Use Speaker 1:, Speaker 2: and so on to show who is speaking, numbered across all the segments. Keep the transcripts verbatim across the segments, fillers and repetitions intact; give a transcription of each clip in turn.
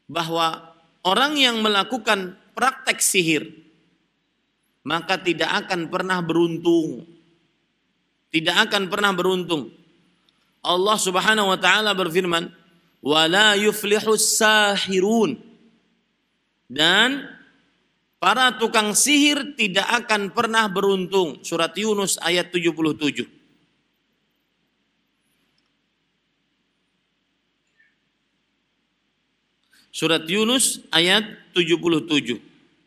Speaker 1: bahwa orang yang melakukan praktek sihir maka tidak akan pernah beruntung. Tidak akan pernah beruntung. Allah Subhanahu wa taala berfirman, "Wala yuflihus sahirun." Dan para tukang sihir tidak akan pernah beruntung. Surat Yunus ayat tujuh puluh tujuh. Surat Yunus ayat tujuh puluh tujuh.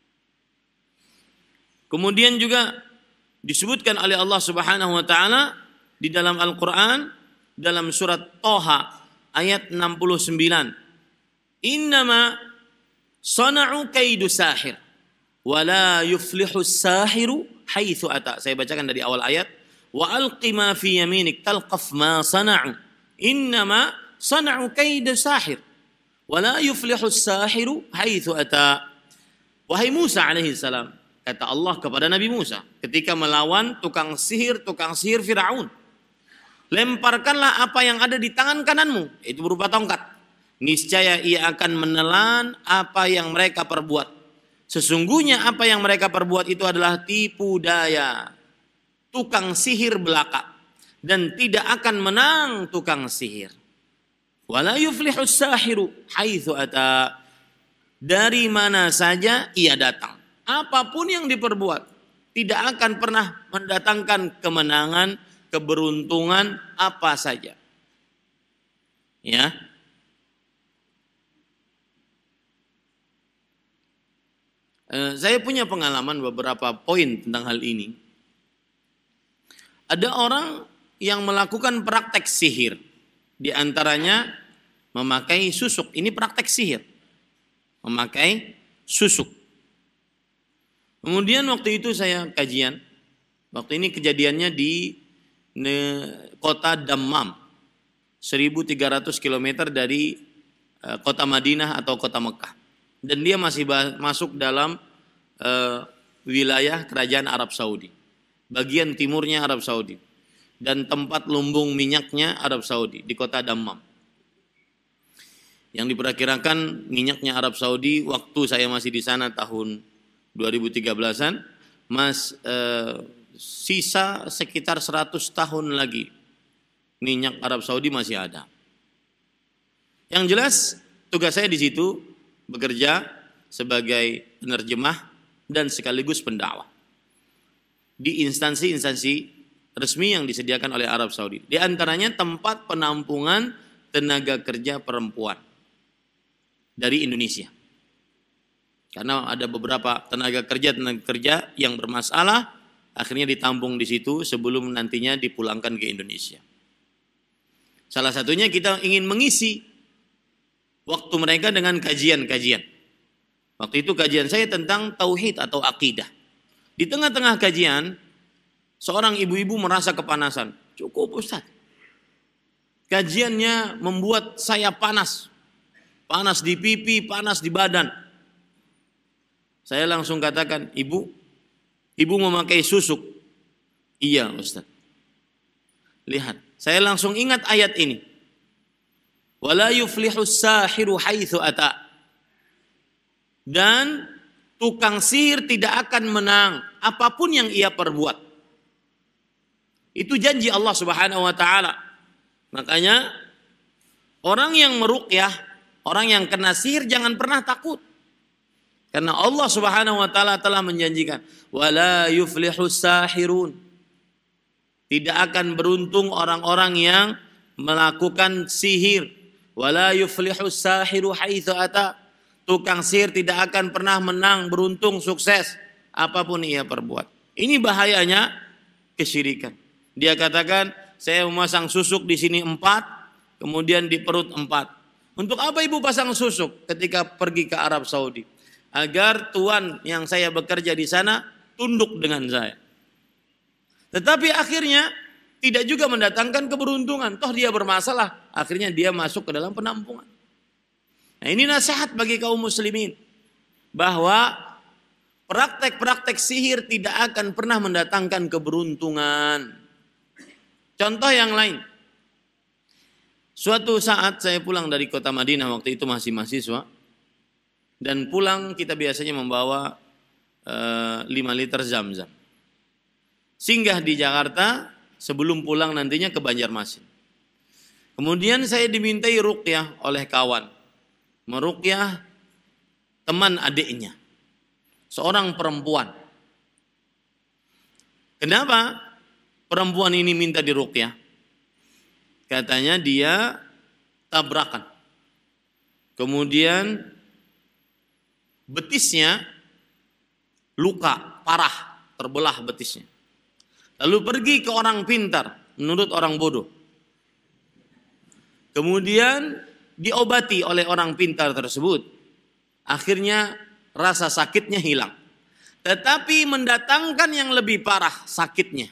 Speaker 1: Kemudian juga disebutkan oleh Allah Subhanahu wa taala di dalam Al-Qur'an dalam surat Toha ayat enam puluh sembilan. Innama sana'u kaidu sahir wa la yuflihu sahiru haitsu ata. Saya bacakan dari awal ayat. Wa alqi ma fi yaminik talqaf ma sana'u. Innama sana'u kaidu sahir wa la yuflihu sahiru haitsu ata. Wahai Musa alaihi salam, kata Allah kepada Nabi Musa ketika melawan tukang sihir, tukang sihir Firaun. Lemparkanlah apa yang ada di tangan kananmu, itu berupa tongkat. Niscaya ia akan menelan apa yang mereka perbuat. Sesungguhnya apa yang mereka perbuat itu adalah tipu daya, tukang sihir belaka, dan tidak akan menang tukang sihir. Wala yuflihus sahiru haitsu ata. Dari mana saja ia datang, apapun yang diperbuat tidak akan pernah mendatangkan kemenangan, keberuntungan apa saja. Ya. Eh, saya punya pengalaman beberapa poin tentang hal ini. Ada orang yang melakukan praktek sihir, di antaranya memakai susuk. Ini praktek sihir, memakai susuk. Kemudian waktu itu saya kajian. Waktu ini kejadiannya di kota Dammam, seribu tiga ratus kilometer dari kota Madinah atau kota Mekah. Dan dia masih masuk dalam uh, wilayah kerajaan Arab Saudi, bagian timurnya Arab Saudi, dan tempat lumbung minyaknya Arab Saudi di kota Dammam. Yang diperkirakan minyaknya Arab Saudi waktu saya masih di sana tahun dua ribu tiga belasan, mas uh, sisa sekitar seratus tahun lagi minyak Arab Saudi masih ada. Yang jelas tugas saya di situ bekerja sebagai penerjemah dan sekaligus pendakwah di instansi-instansi resmi yang disediakan oleh Arab Saudi. Di antaranya tempat penampungan tenaga kerja perempuan dari Indonesia. Karena ada beberapa tenaga kerja tenaga kerja yang bermasalah, akhirnya ditampung di situ sebelum nantinya dipulangkan ke Indonesia. Salah satunya kita ingin mengisi waktu mereka dengan kajian-kajian. Waktu itu kajian saya tentang tauhid atau akidah. Di tengah-tengah kajian, seorang ibu-ibu merasa kepanasan. Cukup Ustaz. Kajiannya membuat saya panas. Panas di pipi, panas di badan. Saya langsung katakan, ibu, ibu memakai susuk. Iya Ustaz. Lihat, saya langsung ingat ayat ini. Wala yuflihus sahiru haitsu ata. Dan tukang sihir tidak akan menang apapun yang ia perbuat. Itu janji Allah Subhanahu wa taala. Makanya orang yang meruqyah, orang yang kena sihir jangan pernah takut. Karena Allah Subhanahu wa taala telah menjanjikan, wala yuflihus sahirun. Tidak akan beruntung orang-orang yang melakukan sihir. Wala yuflihus sahiru haitsu ata. Tukang sihir tidak akan pernah menang, beruntung, sukses apapun ia perbuat. Ini bahayanya kesyirikan. Dia katakan, saya memasang susuk di sini empat, kemudian di perut empat. Untuk apa ibu pasang susuk ketika pergi ke Arab Saudi? Agar tuan yang saya bekerja di sana tunduk dengan saya. Tetapi akhirnya tidak juga mendatangkan keberuntungan. Toh dia bermasalah. Akhirnya dia masuk ke dalam penampungan. Nah ini nasihat bagi kaum muslimin. Bahwa praktek-praktek sihir tidak akan pernah mendatangkan keberuntungan. Contoh yang lain. Suatu saat saya pulang dari kota Madinah. Waktu itu masih mahasiswa. Dan pulang kita biasanya membawa uh, lima liter Zam-Zam. Singgah di Jakarta sebelum pulang nantinya ke Banjarmasin. Kemudian saya dimintai ruqyah oleh kawan. Meruqyah teman adiknya. Seorang perempuan. Kenapa perempuan ini minta diruqyah? Katanya dia tabrakan. Kemudian betisnya luka, parah, terbelah betisnya. Lalu pergi ke orang pintar, menurut orang bodoh. Kemudian diobati oleh orang pintar tersebut. Akhirnya rasa sakitnya hilang. Tetapi mendatangkan yang lebih parah sakitnya.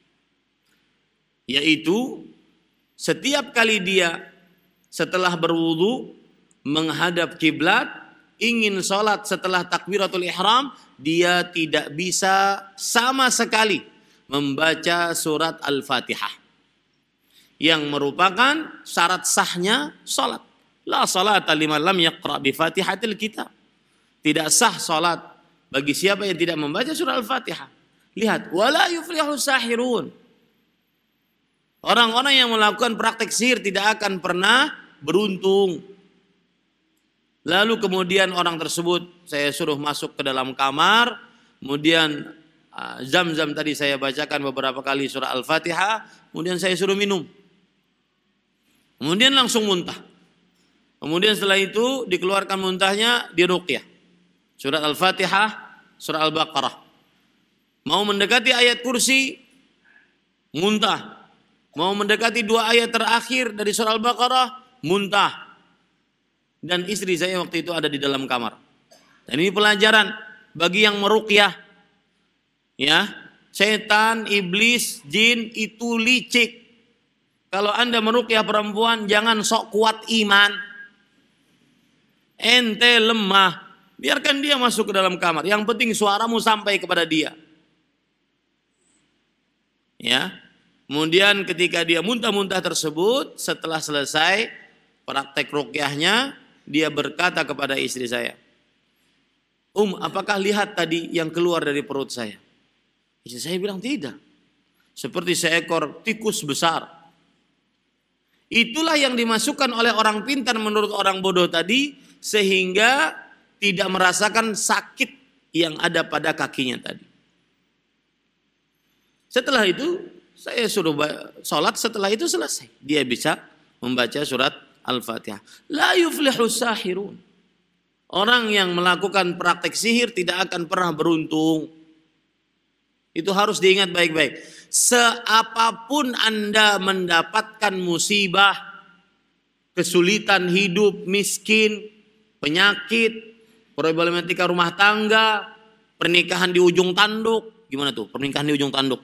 Speaker 1: Yaitu setiap kali dia setelah berwudu menghadap kiblat, ingin sholat setelah takbiratul ihram, dia tidak bisa sama sekali membaca surat Al-Fatihah. Yang merupakan syarat sahnya salat. La salata liman lam yaqra bi Fatihatil kitab. Tidak sah salat bagi siapa yang tidak membaca surah Al-Fatihah. Lihat, wala yuflihu sahirun. Orang-orang yang melakukan praktek sihir tidak akan pernah beruntung. Lalu kemudian orang tersebut saya suruh masuk ke dalam kamar, kemudian Zam-Zam tadi saya bacakan beberapa kali surah Al-Fatihah, kemudian saya suruh minum. Kemudian langsung muntah. Kemudian setelah itu dikeluarkan muntahnya di ruqyah. Surat Al-Fatihah, surah Al-Baqarah. Mau mendekati ayat kursi, muntah. Mau mendekati dua ayat terakhir dari surah Al-Baqarah, muntah. Dan istri saya waktu itu ada di dalam kamar. Dan ini pelajaran bagi yang meruqyah. Ya, setan, iblis, jin itu licik. Kalau Anda meruqyah perempuan, jangan sok kuat iman. Ente lemah. Biarkan dia masuk ke dalam kamar. Yang penting suaramu sampai kepada dia. Ya. Kemudian ketika dia muntah-muntah tersebut, setelah selesai praktek ruqyahnya, dia berkata kepada istri saya, "Um, apakah lihat tadi yang keluar dari perut saya?" Istri saya bilang, "Tidak. Seperti seekor tikus besar." Itulah yang dimasukkan oleh orang pintar menurut orang bodoh tadi, sehingga tidak merasakan sakit yang ada pada kakinya tadi. Setelah itu saya suruh sholat, setelah itu selesai. Dia bisa membaca surat Al-Fatihah. La yuflihu sahirun. Orang yang melakukan praktek sihir tidak akan pernah beruntung. Itu harus diingat baik-baik. Seapapun Anda mendapatkan musibah, kesulitan hidup, miskin, penyakit, problematika rumah tangga, pernikahan di ujung tanduk. Gimana tuh pernikahan di ujung tanduk?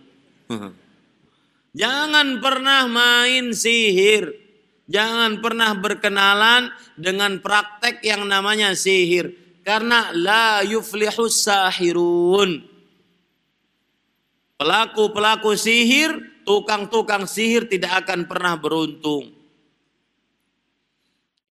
Speaker 1: Jangan pernah main sihir. Jangan pernah berkenalan dengan praktek yang namanya sihir. Karena la yuflihus sahirun. Pelaku-pelaku sihir, tukang-tukang sihir tidak akan pernah beruntung.